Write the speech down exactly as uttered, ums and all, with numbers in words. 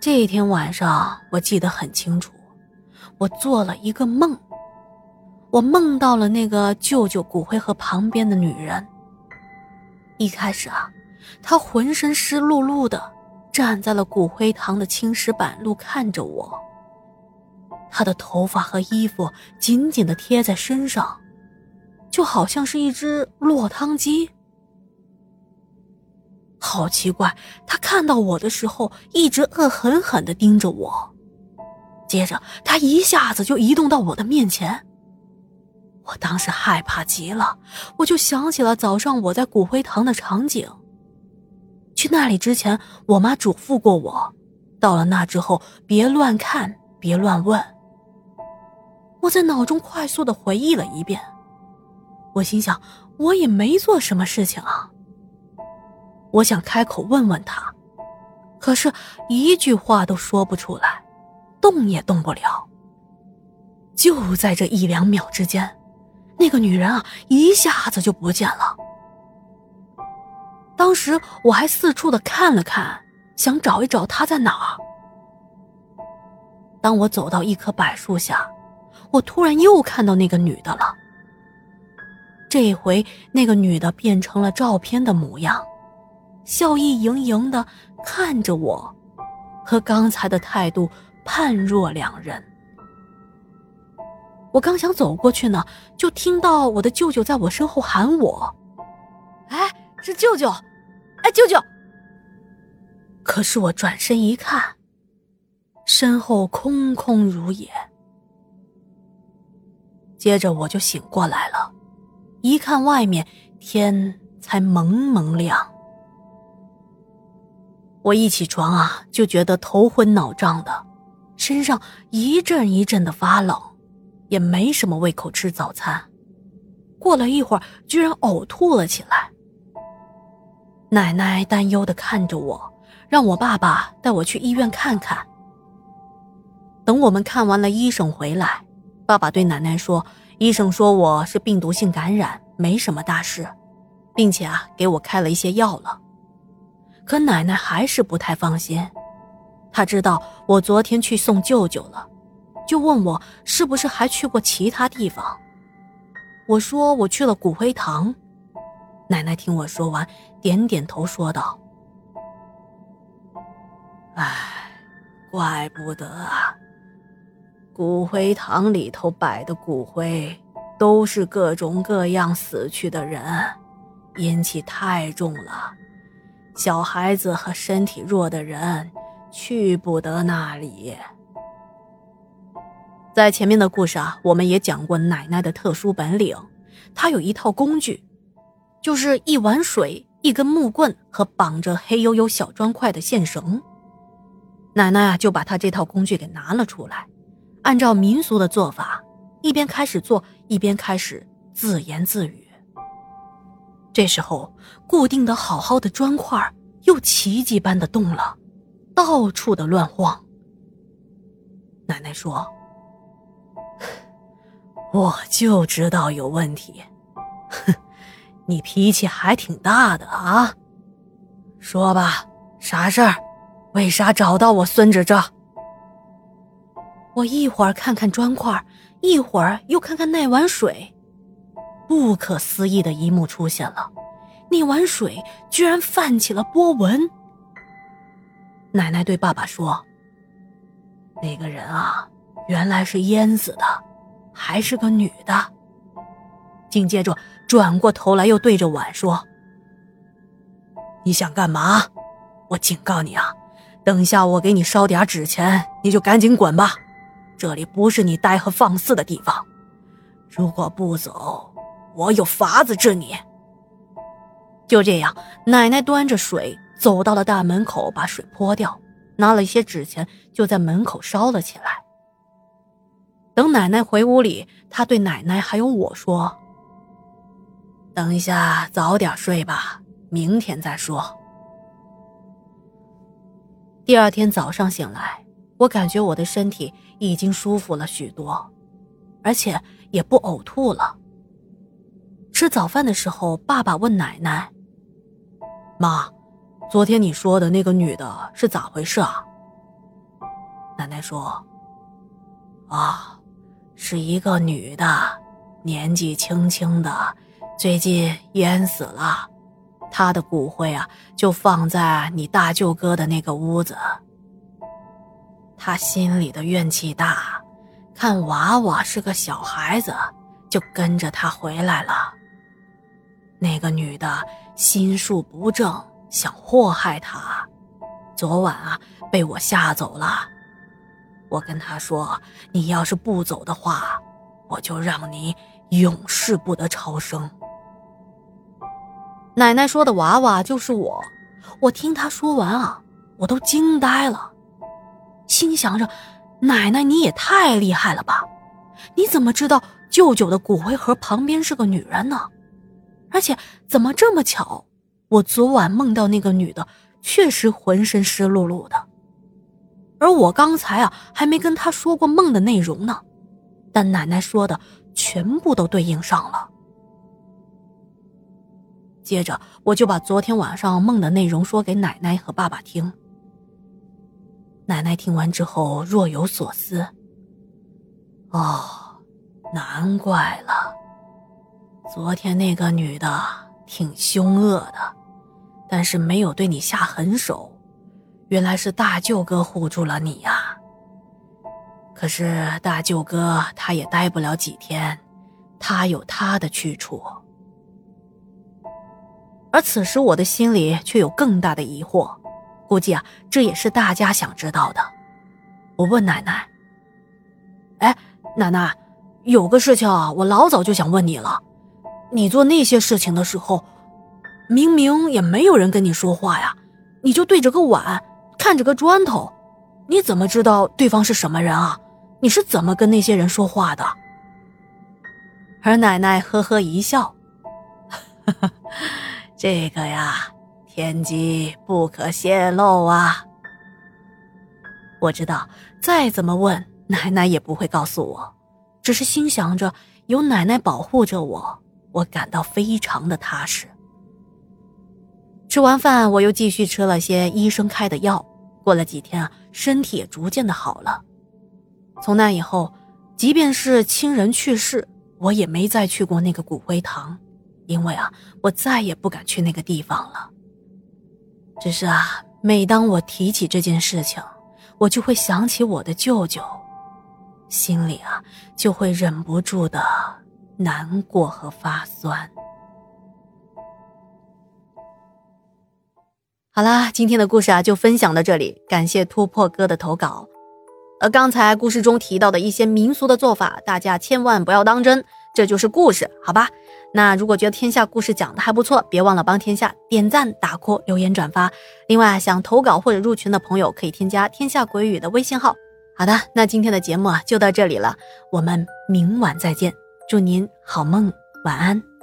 这一天晚上我记得很清楚，我做了一个梦，我梦到了那个舅舅骨灰盒旁边的女人。一开始啊，她浑身湿漉漉的站在了骨灰堂的青石板路看着我，她的头发和衣服紧紧地贴在身上，就好像是一只落汤鸡。好奇怪，他看到我的时候一直恶狠狠地盯着我，接着他一下子就移动到我的面前。我当时害怕极了，我就想起了早上我在骨灰堂的场景。去那里之前，我妈嘱咐过我，到了那之后别乱看，别乱问。我在脑中快速地回忆了一遍，我心想我也没做什么事情啊。我想开口问问他，可是一句话都说不出来，动也动不了。就在这一两秒之间，那个女人啊一下子就不见了。当时我还四处的看了看，想找一找她在哪儿。当我走到一棵柏树下，我突然又看到那个女的了。这回那个女的变成了照片的模样，笑意盈盈地看着我，和刚才的态度判若两人。我刚想走过去呢，就听到我的舅舅在我身后喊我：哎，是舅舅，哎，舅舅。可是我转身一看，身后空空如也。接着我就醒过来了，一看外面天才蒙蒙亮。我一起床啊，就觉得头昏脑胀的，身上一阵一阵的发冷，也没什么胃口吃早餐。过了一会儿，居然呕吐了起来。奶奶担忧地看着我，让我爸爸带我去医院看看。等我们看完了医生回来，爸爸对奶奶说，医生说我是病毒性感染，没什么大事，并且啊，给我开了一些药了。可奶奶还是不太放心，她知道我昨天去送舅舅了，就问我是不是还去过其他地方。我说我去了骨灰堂。奶奶听我说完，点点头说道：唉，怪不得啊，骨灰堂里头摆的骨灰都是各种各样死去的人，阴气太重了，小孩子和身体弱的人去不得那里。在前面的故事啊，我们也讲过奶奶的特殊本领，她有一套工具，就是一碗水、一根木棍和绑着黑黝黝小砖块的线绳。奶奶啊，就把她这套工具给拿了出来，按照民俗的做法，一边开始做，一边开始自言自语。这时候，固定的好好的砖块又奇迹般的动了，到处的乱晃。奶奶说：我就知道有问题，哼，你脾气还挺大的啊。说吧，啥事儿？为啥找到我孙子这？我一会儿看看砖块，一会儿又看看那碗水。不可思议的一幕出现了，那碗水居然泛起了波纹。奶奶对爸爸说：那个人啊，原来是淹死的，还是个女的。紧接着转过头来又对着碗说：你想干嘛？我警告你啊，等下我给你烧点纸钱，你就赶紧滚吧，这里不是你待和放肆的地方。如果不走，我有法子治你。就这样，奶奶端着水走到了大门口，把水泼掉，拿了一些纸钱，就在门口烧了起来。等奶奶回屋里，她对奶奶还有我说：等一下早点睡吧，明天再说。第二天早上醒来，我感觉我的身体已经舒服了许多，而且也不呕吐了。吃早饭的时候，爸爸问奶奶：妈，昨天你说的那个女的是咋回事啊？ 奶奶说：啊，是一个女的，年纪轻轻的，最近淹死了，她的骨灰啊就放在你大舅哥的那个屋子。她心里的怨气大，看娃娃是个小孩子，就跟着他回来了。那个女的心术不正，想祸害他，昨晚啊被我吓走了。我跟他说，你要是不走的话，我就让你永世不得超生。奶奶说的娃娃就是我，我听她说完啊，我都惊呆了，心想着，奶奶你也太厉害了吧，你怎么知道舅舅的骨灰盒旁边是个女人呢？而且怎么这么巧，我昨晚梦到那个女的确实浑身湿漉漉的，而我刚才啊还没跟她说过梦的内容呢，但奶奶说的全部都对应上了。接着我就把昨天晚上梦的内容说给奶奶和爸爸听。奶奶听完之后若有所思。哦，难怪了，昨天那个女的挺凶恶的，但是没有对你下狠手，原来是大舅哥护住了你呀。可是大舅哥他也待不了几天，他有他的去处。而此时我的心里却有更大的疑惑，估计啊这也是大家想知道的。我问奶奶，哎，奶奶，有个事情啊我老早就想问你了，你做那些事情的时候，明明也没有人跟你说话呀，你就对着个碗看着个砖头，你怎么知道对方是什么人啊？你是怎么跟那些人说话的？而奶奶呵呵一笑，呵呵，这个呀，天机不可泄露啊。我知道再怎么问奶奶也不会告诉我，只是心想着有奶奶保护着我，我感到非常的踏实。吃完饭我又继续吃了些医生开的药，过了几天啊，身体也逐渐的好了。从那以后，即便是亲人去世，我也没再去过那个骨灰堂，因为啊，我再也不敢去那个地方了。只是啊，每当我提起这件事情，我就会想起我的舅舅，心里啊就会忍不住的难过和发酸。好啦，今天的故事啊就分享到这里，感谢突破哥的投稿。而刚才故事中提到的一些民俗的做法，大家千万不要当真，这就是故事，好吧？那如果觉得天下故事讲的还不错，别忘了帮天下点赞、打 call、留言、转发。另外想投稿或者入群的朋友可以添加天下鬼语的微信号。好的，那今天的节目啊就到这里了，我们明晚再见，祝您好梦，晚安。